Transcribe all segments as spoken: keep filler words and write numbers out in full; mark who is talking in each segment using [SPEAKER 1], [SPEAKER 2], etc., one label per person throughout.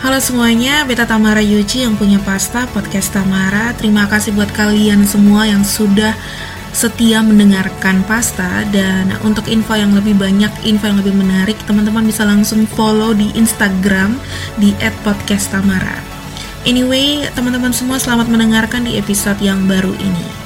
[SPEAKER 1] Halo semuanya, Beta Tamara Yuji yang punya Pasta, Podcast Tamara. Terima kasih buat kalian semua yang sudah setia mendengarkan Pasta. Dan untuk info yang lebih banyak, info yang lebih menarik, teman-teman bisa langsung follow di Instagram di et podcast tamara. Anyway, teman-teman semua selamat mendengarkan di episode yang baru ini.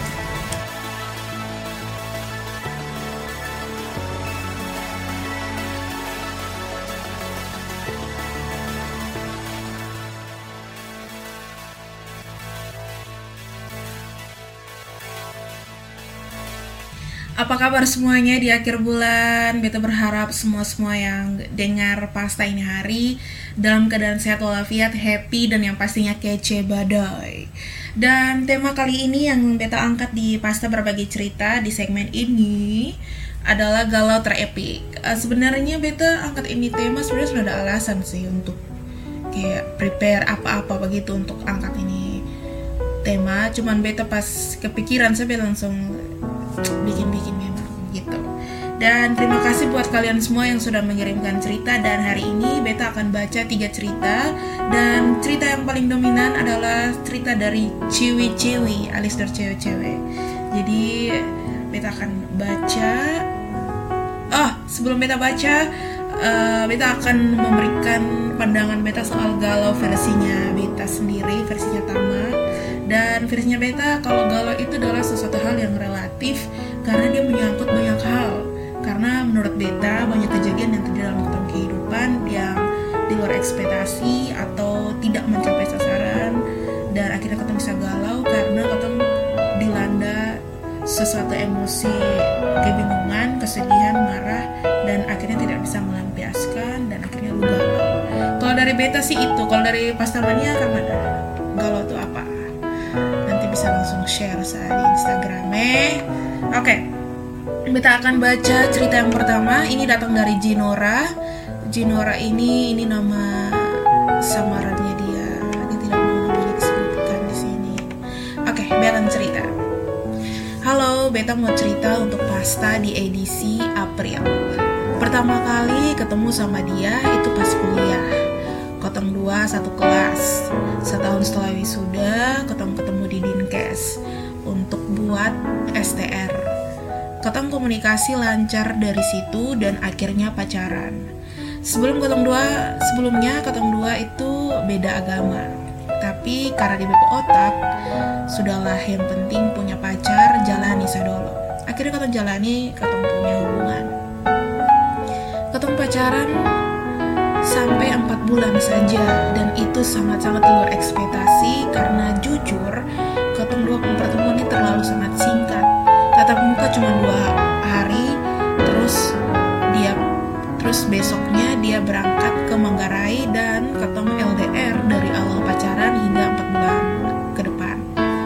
[SPEAKER 1] Apa kabar semuanya di akhir bulan? Beta berharap semua-semua yang dengar Pasta ini hari dalam keadaan sehat walafiat, happy, dan yang pastinya kece badai. Dan tema kali ini yang Beta angkat di Pasta Berbagi Cerita di segmen ini adalah galau terepik. uh, Sebenarnya Beta angkat ini tema sebenarnya sudah ada alasan sih untuk kayak prepare apa-apa begitu untuk angkat ini tema. Cuman Beta pas kepikiran saya Beta langsung bikin-bikin memang gitu. Dan terima kasih buat kalian semua yang sudah mengirimkan cerita. Dan hari ini Beta akan baca tiga cerita. Dan cerita yang paling dominan adalah cerita dari Ciwi-Ciwi alias dari cewek-cewek. Jadi Beta akan baca. Oh, sebelum Beta baca, uh, Beta akan memberikan pandangan Beta soal galau versinya Beta sendiri, versinya Tama. Dan versinya Beta, kalau galau itu adalah sesuatu hal yang relatif karena dia menyangkut banyak hal. Karena menurut Beta banyak kejadian yang terjadi dalam kehidupan yang di luar ekspektasi atau tidak mencapai sasaran, dan akhirnya kita bisa galau karena kita dilanda sesuatu emosi, kebingungan, kesedihan, marah, dan akhirnya tidak bisa melampiaskan dan akhirnya lu galau. Kalau dari Beta sih itu. Kalau dari Pastamania karena galau itu apa? Bisa langsung share saya di Instagramnya. Oke, okay. Beta akan baca cerita yang pertama. Ini datang dari Jinora. Jinora ini ini nama samarannya dia. Dia tidak mau namanya disebutkan di sini. Oke, okay, Beta akan cerita. Halo, Beta mau cerita untuk Pasta di edisi April. Pertama kali ketemu sama dia itu pas kuliah. Kotong dua satu kelas. Setahun setelah wisuda, Kotong ketemu di Dinkes untuk buat S T R. Kotong komunikasi lancar dari situ dan akhirnya pacaran. Sebelum Kotong dua, sebelumnya Kotong dua itu beda agama. Tapi karena di B P otak, sudahlah yang penting punya pacar, jalani sadolo. Akhirnya Kotong jalani, Kotong punya hubungan. Kotong pacaran sampai empat bulan saja, dan itu sangat-sangat luar ekspektasi karena jujur Kotong dua pertemuan ini terlalu sangat singkat. Tatap muka cuma dua hari, terus dia terus besoknya dia berangkat ke Manggarai dan Kotong L D R dari awal pacaran hingga empat bulan ke depan.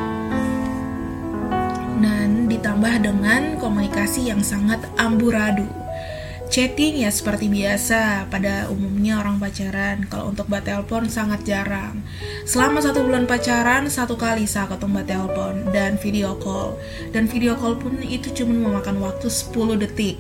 [SPEAKER 1] Dan ditambah dengan komunikasi yang sangat amburadul. Chatting ya seperti biasa pada umumnya orang pacaran. Kalau untuk batelpon sangat jarang. Selama satu bulan pacaran satu kali saya ketemu batelpon dan video call. Dan video call pun itu cuma memakan waktu sepuluh detik.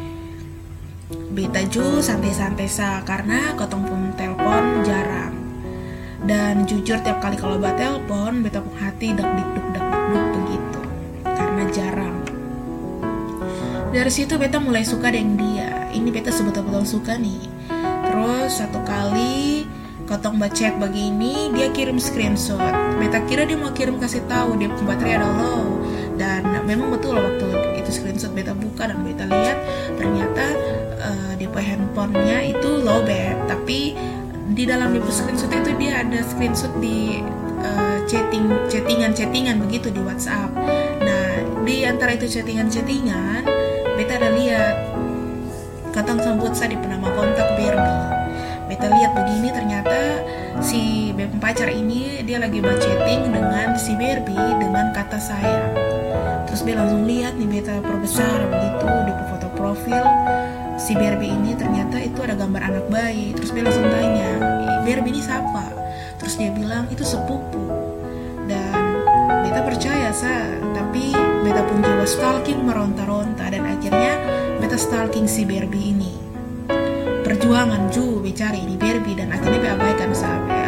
[SPEAKER 1] Beta ju santai-santai sa karena ketemu pun telepon jarang. Dan jujur tiap kali kalau batelpon Beta pun hati dak-dik-duk dak-dik-duk begitu karena jarang. Dari situ Beta mulai suka dengan dia. Ini Beta sebetul-betul suka nih. Terus satu kali Kotong baca begini, dia kirim screenshot. Beta kira dia mau kirim kasih tahu dia baterai ada low. Dan memang betul waktu itu screenshot Beta buka dan Beta lihat ternyata uh, di handphonenya itu low bat. Tapi di dalam di screenshot itu dia ada screenshot di uh, chatting chattingan-chattingan begitu di WhatsApp. Nah, di antara itu chattingan-chattingan Beta ada lihat Kotong sambut saya di penama kontak Barbie. Beta lihat begini ternyata si pacar ini dia lagi chatting dengan si Barbie dengan kata sayang. Terus Beta langsung lihat nih, Beta perbesar begitu di foto profil si Barbie ini ternyata itu ada gambar anak bayi. Terus Beta langsung tanya, Barbie ini siapa? Terus dia bilang itu sepupu. Dan Beta percaya sa, tapi Beta pun coba stalking meronta-ronta dan akhirnya Beta stalking si Barbie ini. Perjuangan ju bicari ini Barbie dan akhirnya Beta abaikan sampai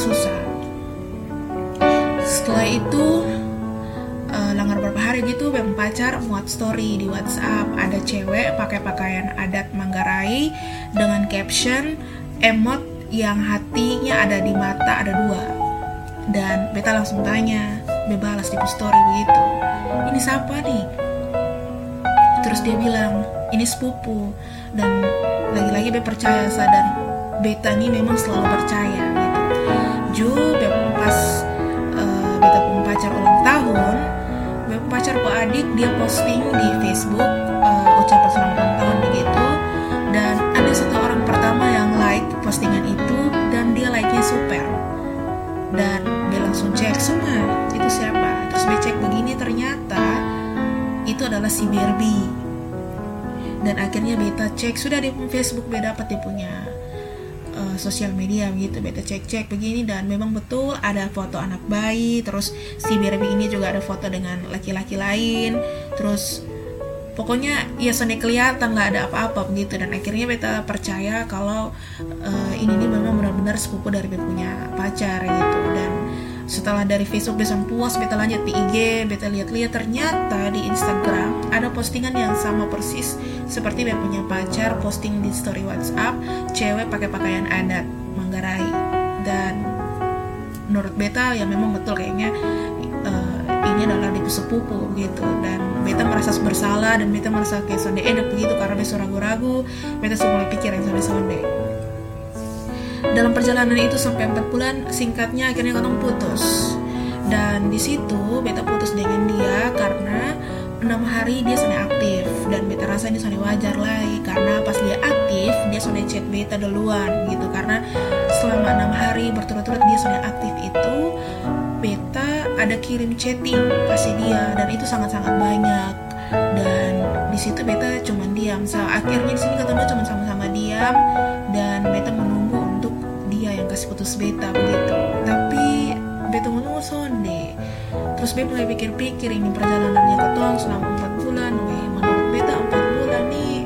[SPEAKER 1] susah. Setelah itu uh, langgar beberapa hari gitu, beta pacar muat story di WhatsApp, ada cewek pakai pakaian adat Manggarai dengan caption emot yang hatinya ada di mata ada dua. Dan beta langsung tanya, beta balas di story begitu, ini siapa nih? Terus dia bilang, ini sepupu. Dan lagi-lagi beta percaya sa, dan beta ini memang selalu percaya gitu. Jo, beta pas uh, beta pun pacar ulang tahun, beta pacar po adik dia posting di Facebook uh, ucapan selamat ulang tahun begitu. Dan ada satu orang pertama yang like postingan itu, dan dia like-nya super. Dan dia langsung cek semua itu siapa. Terus dia cek begini, ternyata itu adalah si Barbie. Dan akhirnya beta cek, sudah di Facebook beta dapat dia punya uh, sosial media gitu. Beta cek-cek begini, dan memang betul ada foto anak bayi. Terus si Barbie ini juga ada foto dengan laki-laki lain. Terus pokoknya ya soalnya kelihatan lah ada apa-apa begitu. Dan akhirnya beta percaya kalau uh, ini nih memang benar-benar sepupu dari beta punya pacar gitu. Dan setelah dari Facebook beta puas, beta lanjut di I G, beta lihat-lihat ternyata di Instagram ada postingan yang sama persis seperti beta punya pacar posting di story WhatsApp, cewek pakai pakaian adat Manggarai. Dan menurut beta ya memang betul kayaknya uh, ini adalah di sepupu gitu. Dan beta merasa bersalah, dan beta merasa kayak sonde enak begitu karena beta ragu-ragu, beta mulai pikir yang sonde-sonde. Dalam perjalanan itu sampai empat bulan, singkatnya akhirnya ketemu putus. Dan di situ beta putus dengan dia karena enam hari dia sudah aktif, dan beta rasa ini sudah wajar lah, karena pas dia aktif dia sudah chat beta duluan gitu. Karena selama enam hari berturut-turut dia sudah aktif itu, beta ada kirim chatting kasih dia, dan itu sangat-sangat banyak. Dan di situ beta cuma diam. So, akhirnya di sini ketemu cuma sama-sama diam, dan beta menunggu untuk dia yang kasih putus beta begitu. Tapi beta menunggu sonde. Terus beta mulai pikir-pikir ini perjalanannya ketong selama empat bulan. Weh, menurut beta empat bulan nih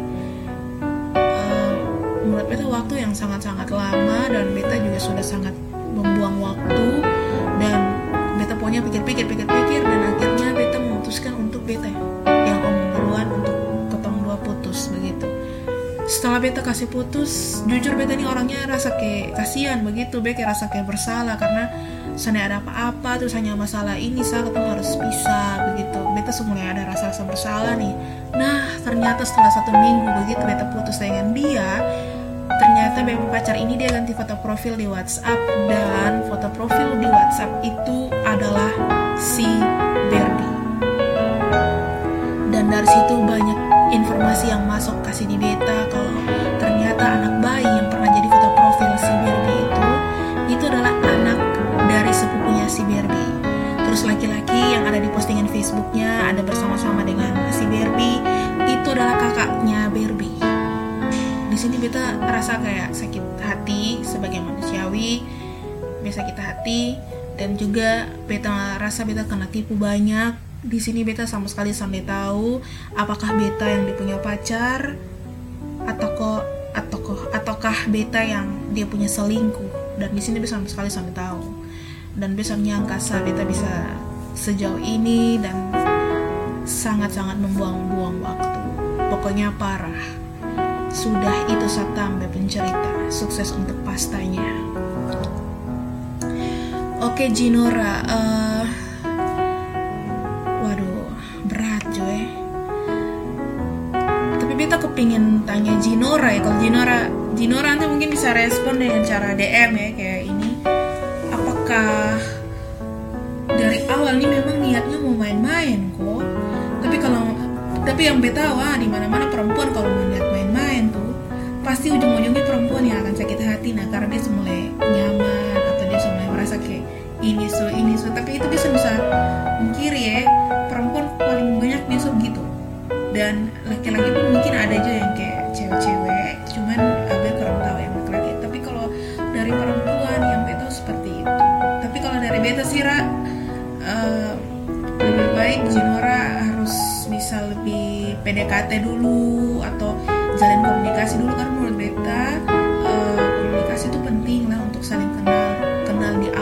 [SPEAKER 1] uh, menurut beta waktu yang sangat-sangat lama, dan beta juga sudah sangat membuang waktu. Dan beta pokoknya pikir-pikir pikir-pikir dan akhirnya beta memutuskan untuk beta yang omong duluan untuk ketong dua putus begitu. Setelah beta kasih putus, jujur beta ini orangnya rasa kayak kasihan begitu, beta kayak rasa kayak bersalah karena sana ada apa-apa terus hanya masalah ini saya ketemu harus pisah begitu. Beta semuanya ada rasa-rasa bersalah nih. Nah ternyata setelah satu minggu begitu beta putus dengan dia, ternyata beta pacar ini dia ganti foto profil di WhatsApp, dan foto profil di WhatsApp itu adalah si Barbie. Dan dari situ banyak informasi yang masuk kasih di beta kalau ternyata anak bayi yang pernah jadi foto profil si Barbie itu itu adalah anak dari sepupunya si Barbie. Terus laki-laki yang ada di postingan Facebooknya ada bersama-sama dengan si Barbie itu adalah kakaknya Barbie. Di sini beta rasa kayak sakit hati sebagai manusiawi, beta sakit hati, dan juga beta rasa beta kena tipu banyak. Di sini beta sama sekali sampai tahu apakah beta yang dipunya pacar atau kok atau kok ataukah beta yang dia punya selingkuh. Dan di sini beta sama sekali sampai tahu, dan beta menyangka beta bisa sejauh ini, dan sangat-sangat membuang-buang waktu. Pokoknya parah. Sudah itu Satam pencerita. Sukses untuk pastanya. Oke Jinora, uh, waduh berat Joy. Tapi beta kepingin tanya Jinora ya. Kalau Jinora, Jinora nanti mungkin bisa respon dengan cara D M ya kayak ini. Apakah dari awal nih memang niatnya mau main-main kok? Tapi kalau tapi yang beta wah di mana-mana perempuan kalau mau lihat main-main tuh pasti ujung-ujungnya perempuan yang akan sakit hati. Nah karena dia mulai nyaman atau dia mulai merasa kayak ini so ini so, tapi itu bisa bisa mengkiri ya, perempuan paling banyak dia so gitu. Dan laki-laki pun mungkin ada aja yang kayak cewek-cewek, cuman agak kurang tahu yang laki-laki. Tapi kalau dari perempuan yang beta seperti itu. Tapi kalau dari beta sih Ra, uh, lebih baik Jinora harus bisa lebih P D K T dulu atau jalin komunikasi dulu, karena menurut beta uh, komunikasi itu penting lah untuk saling kenal kenal di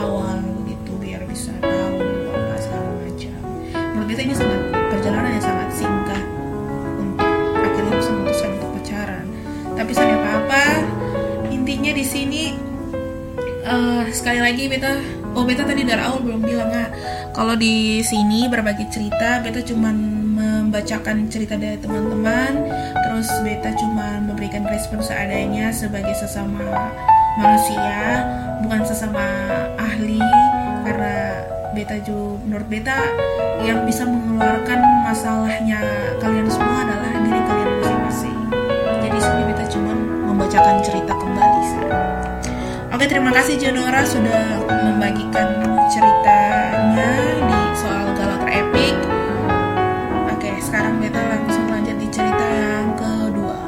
[SPEAKER 1] ini sangat perjalanan yang sangat singkat untuk akhirnya bisa memutuskan untuk pacaran. Tapi saya apa-apa, intinya di sini uh, sekali lagi beta oh beta tadi dari awal belum bilang ah kalau di sini berbagi cerita, beta cuma membacakan cerita dari teman-teman, terus beta cuma memberikan respon seadanya sebagai sesama manusia, bukan sesama ahli, karena beta juga menurut beta yang bisa mengeluarkan masalahnya kalian semua adalah diri kalian masing-masing. Jadi sini beta cuma membacakan cerita kembali. Oke, terima kasih Jonora sudah membagikan ceritanya di soal galau terepik. Oke, sekarang beta langsung lanjut di cerita yang kedua.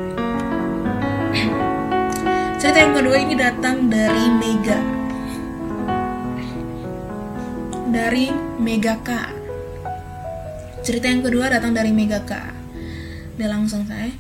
[SPEAKER 1] Cerita yang kedua ini datang dari Mega. Dari Mega K. Cerita yang kedua datang dari Mega K. Udah langsung saya.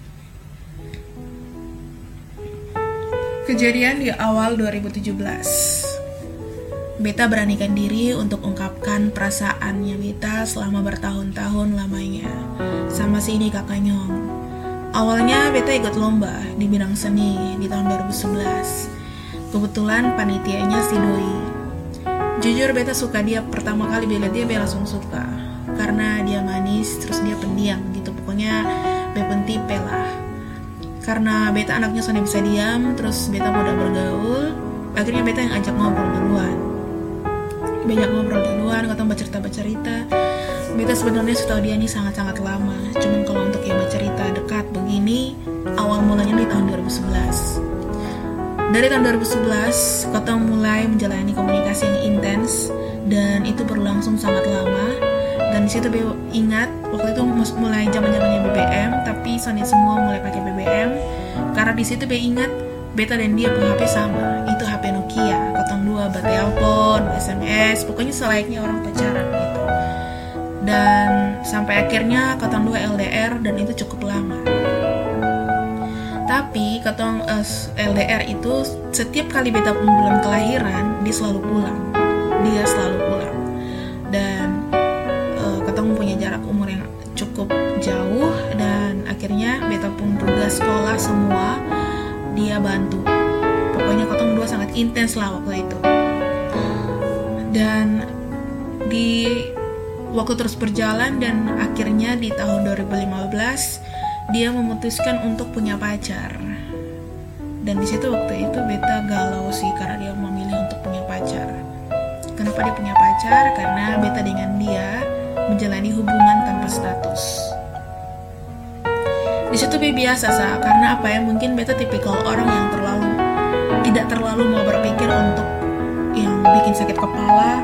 [SPEAKER 1] Kejadian di awal dua ribu tujuh belas. Beta beranikan diri untuk ungkapkan perasaannya beta selama bertahun-tahun lamanya sama si ini kakak Nyong. Awalnya beta ikut lomba di bidang seni di tahun dua ribu sebelas. Kebetulan panitianya si Doi. Jujur beta suka dia, pertama kali beta lihat dia beta langsung suka karena dia manis, terus dia pendiam gitu. Pokoknya beta tipe lah. Karena beta anaknya soalnya bisa diam, terus beta mudah bergaul, akhirnya beta yang ajak ngobrol duluan. Banyak ngobrol duluan, katanya bercerita-bercerita. Beta sebenarnya sudah dia ini sangat-sangat lama. Cuman kalau untuk yang bercerita dekat begini, awal mulanya di tahun dua ribu sebelas. Dari tahun dua ribu sebelas, katanya mulai menjalani komunikasi yang intens, dan itu berlangsung sangat lama. Dan di situ beta ingat waktu itu mulai zaman-zamannya B B M, tapi soalnya semua mulai pakai B B M. Karena di situ beta ingat beta dan dia punya H P sama, itu H P Nokia. Kotong dua bertelepon, S M S, pokoknya selayaknya orang pacaran gitu. Dan sampai akhirnya kotong dua L D R dan itu cukup lama. Tapi kotong uh, L D R itu setiap kali beta bulan kelahiran dia selalu pulang, dia selalu pulang. Dan mempunyai jarak umur yang cukup jauh, dan akhirnya beta pun tugas sekolah semua dia bantu. Pokoknya kotong dua sangat intens lah waktu itu. Dan di waktu terus berjalan, dan akhirnya di tahun dua ribu lima belas dia memutuskan untuk punya pacar. Dan di situ waktu itu beta galau sih karena dia memilih untuk punya pacar. Kenapa dia punya pacar? Karena beta dengan dia menjalani hubungan tanpa status. Di situ be biasa sah, karena apa ya? Mungkin beta tipikal orang yang terlalu tidak terlalu mau berpikir untuk yang bikin sakit kepala.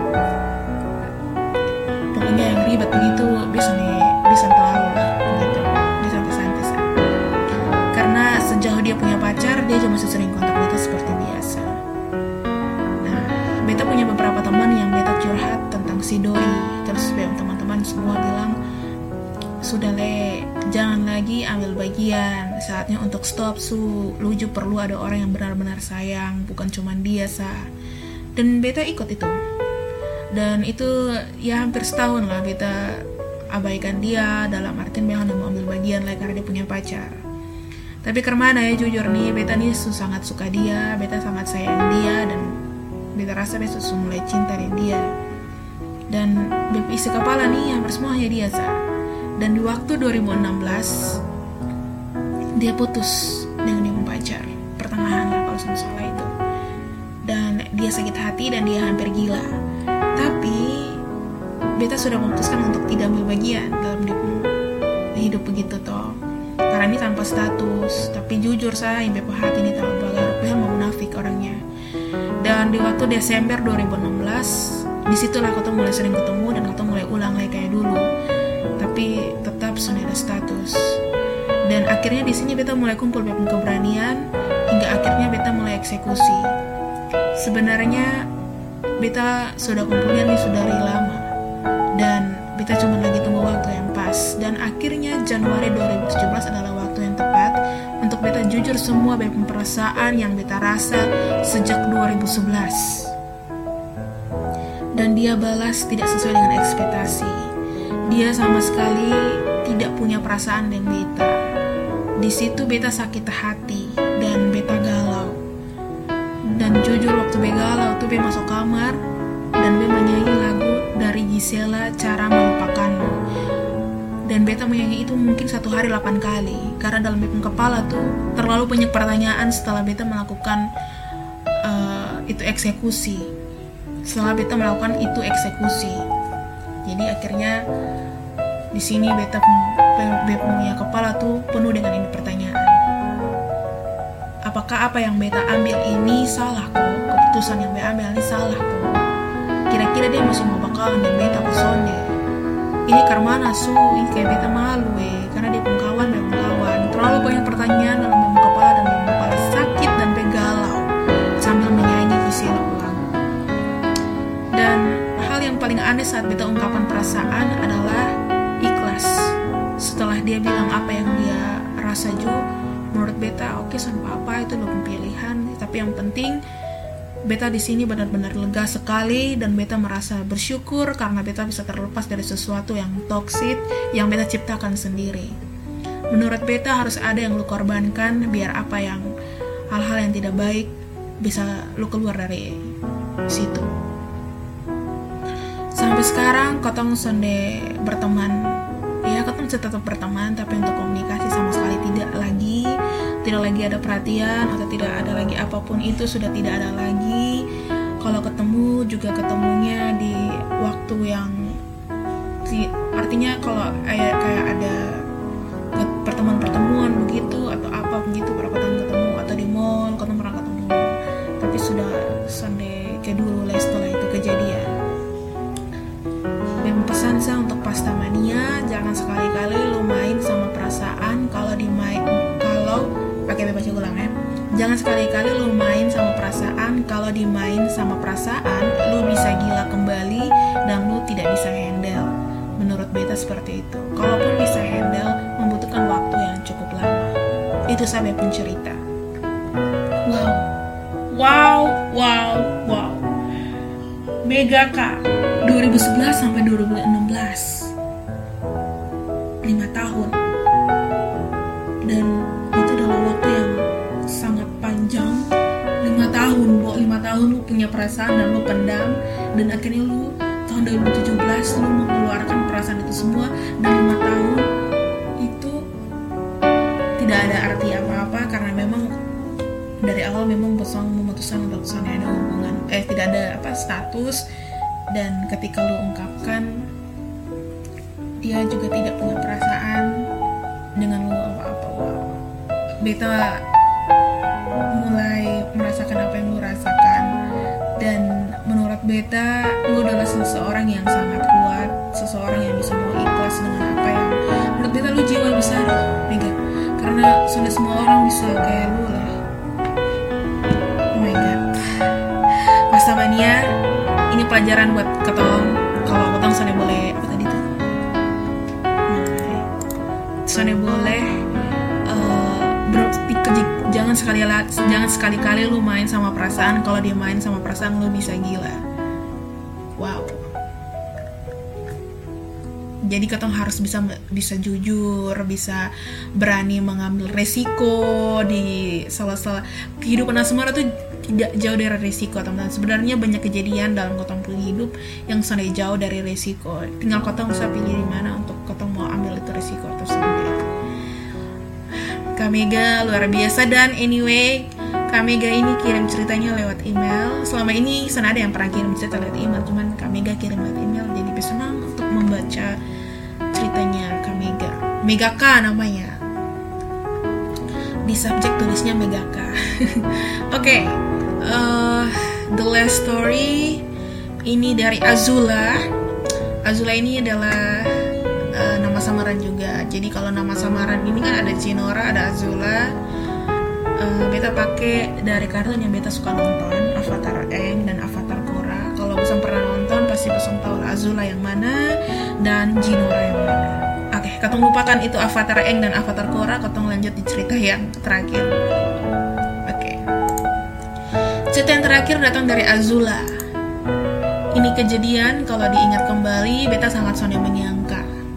[SPEAKER 1] Pokoknya yang ribet begitu bisa nih bisa terlalu lah gitu, bisa santai sah. Karena sejauh dia punya pacar, dia juga masih sering kontak beta seperti biasa. Nah, beta punya beberapa teman yang beta curhat tentang si Doi, terus teman-teman semua bilang sudah le, jangan lagi ambil bagian, saatnya untuk stop su, lu juga perlu ada orang yang benar-benar sayang, bukan cuma dia sah. Dan beta ikut itu, dan itu ya hampir setahun lah beta abaikan dia, dalam artian memang mau ambil bagian lah karena dia punya pacar. Tapi kemana ya, jujur nih beta nih sangat suka dia, beta sangat sayang dia, dan beta rasa beta sudah mulai cinta dengan dia. Dan isi kepala nih hampir semua hanya dia sah. Dan di waktu dua ribu enam belas dia putus dengan yang pacar, pertengahan lah kalau saya salah itu. Dan dia sakit hati dan dia hampir gila. Tapi beta sudah memutuskan untuk tidak ambil bagian dalam hidup begitu toh. Karena ini tanpa status. Tapi jujur saya yang beta hati ini terlalu bagar, beta mau munafik orangnya. Dan di waktu Desember dua ribu enam belas, disitulah kau mulai sering ketemu dan kau mulai ulang lagi kayak dulu, tapi tetap sudah ada status. Dan akhirnya di sini beta mulai kumpul beta keberanian, hingga akhirnya beta mulai eksekusi. Sebenarnya beta sudah kumpulnya nih sudah dari lama, dan beta cuma lagi tunggu waktu yang pas. Dan akhirnya Januari dua ribu tujuh belas adalah waktu yang tepat untuk beta jujur semua beta perasaan yang beta rasa sejak dua ribu sebelas. Dan dia balas tidak sesuai dengan ekspektasi. dia sama sekali tidak punya perasaan dengan beta. Di situ beta sakit hati dan beta galau. Dan jujur waktu beta galau tuh beta masuk kamar dan beta menyanyi lagu dari Gisela, Cara Melupakanmu. Dan beta menyanyi itu mungkin satu hari delapan kali, karena dalam beta kepala tuh terlalu banyak pertanyaan setelah beta melakukan uh, itu eksekusi. Setelah beta melakukan itu eksekusi, jadi akhirnya di sini beta beta punya kepala tuh penuh dengan ini pertanyaan. Apakah apa yang beta ambil ini salah kok? Keputusan yang beta ambil ini salah kok? Kira-kira dia masih mau bakalan dan beta pesonde? Ini karmana su? Ini kayak beta malu eh, karena dia pengkawan dan pengkawan. Terlalu banyak pertanyaan dalam beta kepala dan beta kepala sakit dan beta galau sambil menyanyi Gisela ulang. Dan hal yang paling aneh saat beta ungkapan perasaan adalah ikhlas. Setelah dia bilang apa yang dia rasa juga, menurut beta oke okay, sama apa itu belum pilihan, tapi yang penting beta di sini benar-benar lega sekali dan beta merasa bersyukur karena beta bisa terlepas dari sesuatu yang toksik yang beta ciptakan sendiri. Menurut beta harus ada yang lu korbankan biar apa yang hal-hal yang tidak baik bisa lu keluar dari situ. Sampai sekarang kotong sonde berteman, ya kotong tetap berteman, tapi untuk komunikasi sama sekali tidak lagi, tidak lagi ada perhatian atau tidak ada lagi apapun itu sudah tidak ada lagi. Kalau ketemu juga ketemunya di waktu yang artinya kalau kayak kayak ada pertemuan-pertemuan begitu atau apa begitu berapa tahun ketemu atau di mall ketemu pernah ketemu, tapi sudah sonde ke dulu lah setelah itu kejadian. Pesan saya untuk pastamania, jangan sekali-kali lu main sama perasaan. Kalau di main kalau pakai baca ulang ya, jangan sekali-kali lu main sama perasaan. Kalau dimain sama perasaan, lu bisa gila kembali dan lu tidak bisa handle. Menurut beta seperti itu. Kalaupun bisa handle, membutuhkan waktu yang cukup lama. Itu sampai pencerita. Wow, wow, wow, wow. Mega Kak, dua ribu sebelas sampai dua ribu enam belas, lima tahun. Dan itu adalah waktu yang sangat panjang. lima tahun, Bo, lima tahun lu punya perasaan dan lu pendam, dan akhirnya lu tahun dua ribu tujuh belas lu mengeluarkan perasaan itu semua, dan lima tahun itu tidak ada arti apa-apa karena memang dari awal memang Bosong memutuskan untuk sana ada hubungan eh tidak ada apa status, dan ketika lu ungkapkan dia juga tidak punya perasaan dengan lu apa-apa. Wow, beta mulai merasakan apa yang lu rasakan, dan menurut beta lu adalah seseorang yang sangat kuat, seseorang yang bisa mau ikhlas dengan apa yang menurut beta lu jiwa besar Mega, karena sudah semua orang bisa kayak lu lah. Pastamania, ini pelajaran buat ketong. Kalau ketong soalnya boleh apa tadi tuh? Soalnya boleh uh, bro, jangan sekali jangan sekali-kali lu main sama perasaan. Kalau dia main sama perasaan lu bisa gila. Wow. Jadi ketong harus bisa bisa jujur, bisa berani mengambil resiko di salah-salah kehidupan asmara tuh tidak jauh dari resiko, teman-teman. Sebenarnya banyak kejadian dalam ketong hidup yang sudah jauh dari resiko. Tinggal ketong bisa pilih di mana untuk ketong mau ambil itu resiko tersebut. Kamega luar biasa, dan anyway, Kamega ini kirim ceritanya lewat email. Selama ini sana ada yang pernah kirim cerita lewat email, cuman Kamega kirim lewat email, jadi bisa senang untuk membaca ceritanya Kamega. Megaka namanya. Di subjek tulisnya Megaka. Oke, okay. uh, the last story ini dari Azula. Azula ini adalah uh, nama samaran juga. Jadi kalau nama samaran ini kan ada Cinora, ada Azula. Uh, beta pakai dari kartun yang beta suka nonton, Avatar Aang dan Avatar Korra. Kalau bosan pernah nonton pasti bosan tahu Azula yang mana dan Cinora yang mana. Oke, okay, katong lupakan itu Avatar Aang dan Avatar Korra, katong lanjut di cerita yang terakhir. Oke. Okay. Cerita yang terakhir datang dari Azula. Ini kejadian kalau diingat kembali, beta sangat sonde menyangka.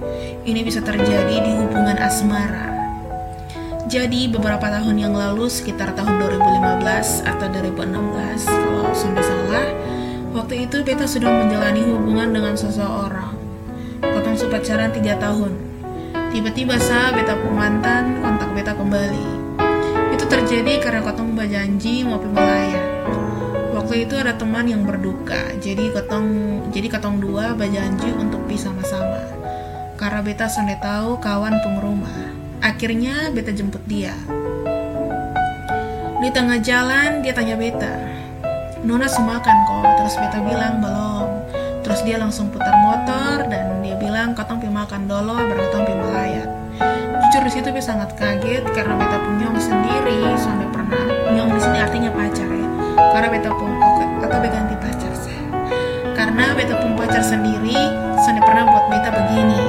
[SPEAKER 1] ini bisa terjadi di hubungan asmara. Jadi beberapa tahun yang lalu, sekitar tahun dua ribu lima belas atau dua ribu enam belas kalau sampai salah, waktu itu beta sudah menjalani hubungan dengan seseorang. Kotong su pacaran tiga tahun. Tiba-tiba sah beta mantan kontak beta kembali. Itu terjadi karena kotong berjanji mau pi melayat. Waktu itu ada teman yang berduka, jadi kotong jadi kotong dua berjanji untuk pi sama-sama. Karena beta sudah tahu kawan pengrumah. Akhirnya beta jemput dia. Di tengah jalan dia tanya beta, "Nona semakan kok?" Terus beta bilang belum. Terus dia langsung putar motor dan dia bilang, "Kotong pi makan dolo, baru kotong pi melayat." Jujur di situ beta sangat kaget karena beta pun nyong sendiri sampai pernah. Nyong di sini artinya pacar ya. Karena beta pun atau beta ganti pacar saya. Karena beta pun pacar sendiri sampai pernah buat beta begini.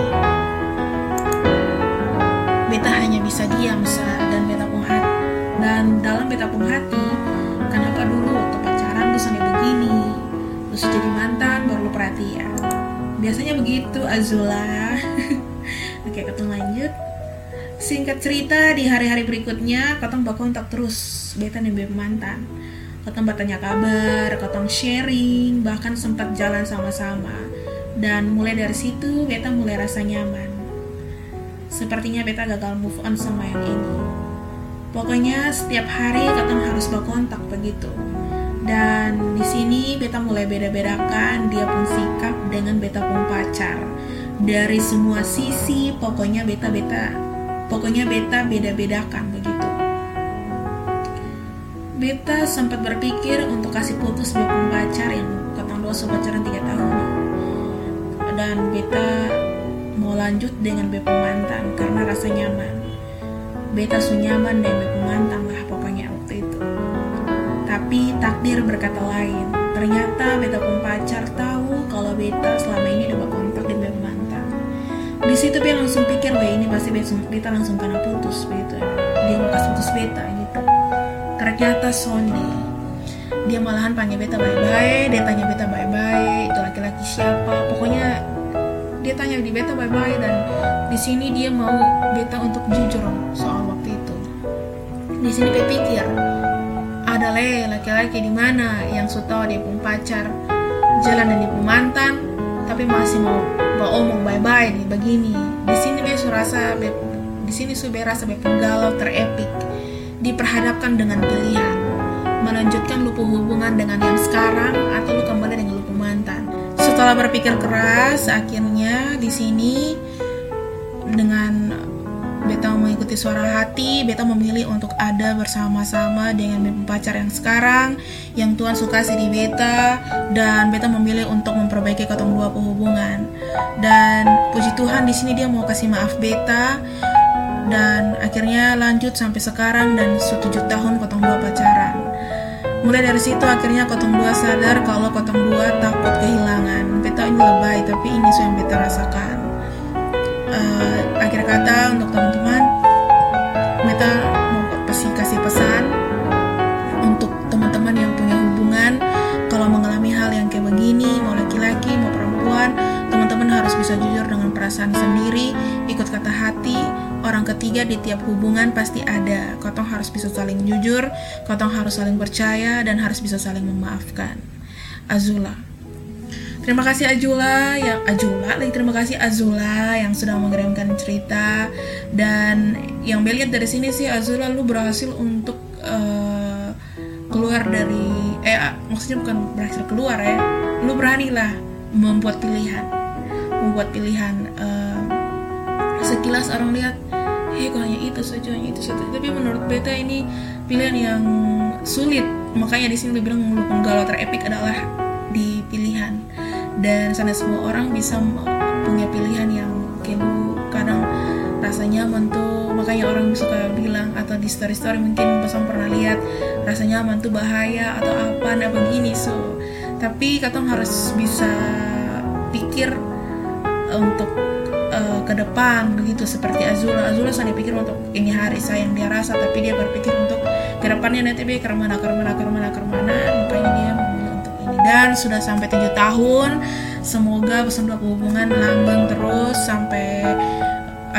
[SPEAKER 1] Beta hanya bisa diam sah dan beta pun hati. Dan dalam beta pun hati, kenapa dulu waktu pacaran tuh sampai begini? Terus jadi mantan baru lu perhatian. Biasanya begitu Azula. Oke, ketemu lanjut. Singkat cerita, di hari-hari berikutnya Kotong berkontak terus beta dan beta mantan. Kotong bertanya kabar, Kotong sharing, bahkan sempat jalan sama-sama. Dan mulai dari situ beta mulai rasa nyaman. Sepertinya beta gagal move on sama yang ini. Pokoknya setiap hari Kotong harus berkontak begitu. Dan di sini beta mulai beda-bedakan dia pun sikap dengan beta pun pacar. Dari semua sisi, pokoknya beta-beta, pokoknya beta beda-bedakan begitu. Beta sempat berpikir untuk kasih putus beta pun pacar yang Kotong dua so pacaran tiga tahun. Dan beta mau lanjut dengan beta pun mantan karena rasa nyaman. Beta su nyaman dengan beta pun mantan lah pokoknya waktu itu. Tapi takdir berkata lain. Ternyata beta pun pacar tahu kalau beta selama ini udah berkontak dengan beta mantan. Di situ beta langsung pikir, wah ini pasti beta langsung kena putus begitu. Dia mau kasih putus beta gitu. Ternyata Sonde. Dia malahan panggil beta bye-bye, dia tanya beta bye-bye, itu laki-laki siapa? Pokoknya dia tanya di beta bye-bye dan di sini dia mau beta untuk jujur soal waktu itu. Di sini beta pikir, ada le laki-laki di mana yang su tahu dia pun pacar jalan dan dia pun mantan tapi masih mau beromong bye-bye nih begini. Di sini beta su rasa di sini su beta rasa beta galau terepik. Diperhadapkan dengan pilihan melanjutkan lupa hubungan dengan yang sekarang atau lu kembali dengan lupa mantan. Setelah berpikir keras, akhirnya di sini dengan beta mengikuti suara hati, beta memilih untuk ada bersama-sama dengan pacar yang sekarang, yang Tuhan suka di beta, dan beta memilih untuk memperbaiki ketong dua hubungan. Dan puji Tuhan di sini dia mau kasih maaf beta, dan akhirnya lanjut sampai sekarang dan tujuh tahun ketong dua pacaran. Mulai dari situ akhirnya kotong dua sadar kalau kotong dua takut kehilangan. Beta ini lebay tapi ini yang beta rasakan. Uh, akhir kata untuk teman-teman, beta mau pasti kasih pesan untuk teman-teman yang punya hubungan. Kalau mengalami hal yang kayak begini, mau laki-laki mau perempuan, teman-teman harus bisa jujur dengan perasaan sendiri, ikut kata hati. Orang ketiga di tiap hubungan pasti ada. Kotong harus bisa saling jujur, kotong harus saling percaya, dan harus bisa saling memaafkan. Azula. Terima kasih Azula yang Azula lagi terima kasih Azula yang sudah mengirimkan cerita. Dan yang beliat dari sini sih Azula, lu berhasil untuk uh, keluar dari eh maksudnya bukan berhasil keluar ya. Lu beranilah membuat pilihan. Membuat pilihan uh, sekilas orang lihat, hei kok hanya itu saja, hanya itu saja. Tapi menurut beta ini pilihan yang sulit. Makanya di sini dibilang lu penggalau terepik adalah di pilihan. Dan sana semua orang bisa punya pilihan yang kayak lu kadang rasa nyaman tuh. Makanya orang suka bilang atau di story-story mungkin pesan pernah lihat rasa nyaman tuh bahaya atau apa nah begini so. Tapi katong harus bisa pikir untuk Uh, ke depan begitu seperti Azula. Azula saya pikir untuk ini hari sayang dia rasa, tapi dia berpikir untuk ke depannya nanti be kermana kermana kermana kermana, makanya dia memilih untuk ini. Dan sudah sampai tujuh tahun, semoga pesan dua hubungan langgeng terus sampai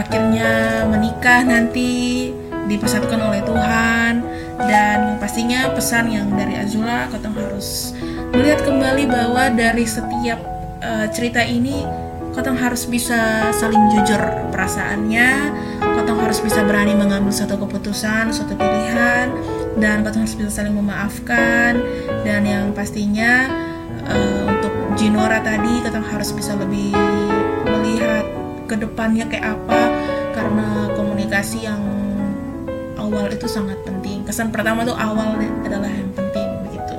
[SPEAKER 1] akhirnya menikah nanti dipersatukan oleh Tuhan. Dan pastinya pesan yang dari Azula, Kotong harus melihat kembali bahwa dari setiap uh, cerita ini Kotong harus bisa saling jujur perasaannya, Kotong harus bisa berani mengambil satu keputusan, suatu pilihan, dan Kotong harus bisa saling memaafkan. Dan yang pastinya uh, untuk Jinora tadi, Kotong harus bisa lebih melihat ke depannya kayak apa, karena komunikasi yang awal itu sangat penting. Kesan pertama tuh awal adalah yang penting begitu.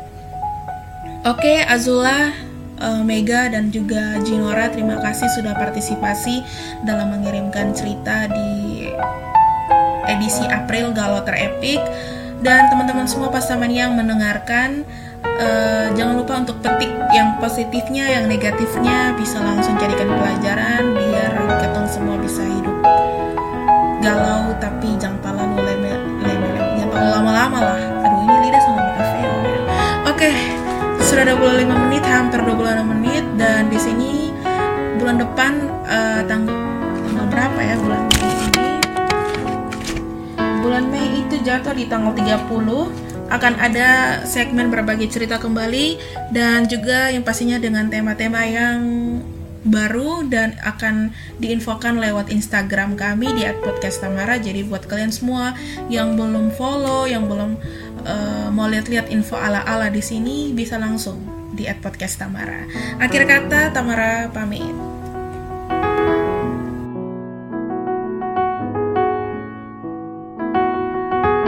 [SPEAKER 1] Oke, Azula, uh, Mega dan juga Jinora, terima kasih sudah partisipasi dalam mengirimkan cerita di edisi April Galau Terepik. Dan teman-teman semua pastaman yang mendengarkan, uh, jangan lupa untuk petik yang positifnya, yang negatifnya bisa langsung jadikan pelajaran biar ketong semua bisa hidup galau tapi jangan terlalu lama-lama, jangan terlalu lama-lama lah. Aduh, ini lidah sama Batavia. Oke, sudah dua puluh lima menit, hampir dua puluh enam menit, dan di sini bulan depan uh, tanggal tanggal berapa ya bulan Mei ini? Bulan Mei itu jatuh di tanggal tiga puluh. Akan ada segmen berbagi cerita kembali, dan juga yang pastinya dengan tema-tema yang baru dan akan diinfokan lewat Instagram kami di at podcast tamara. Jadi buat kalian semua yang belum follow, yang belum uh, mau lihat-lihat info ala-ala di sini, bisa langsung di at podcast tamara. Akhir kata, Tamara pamit.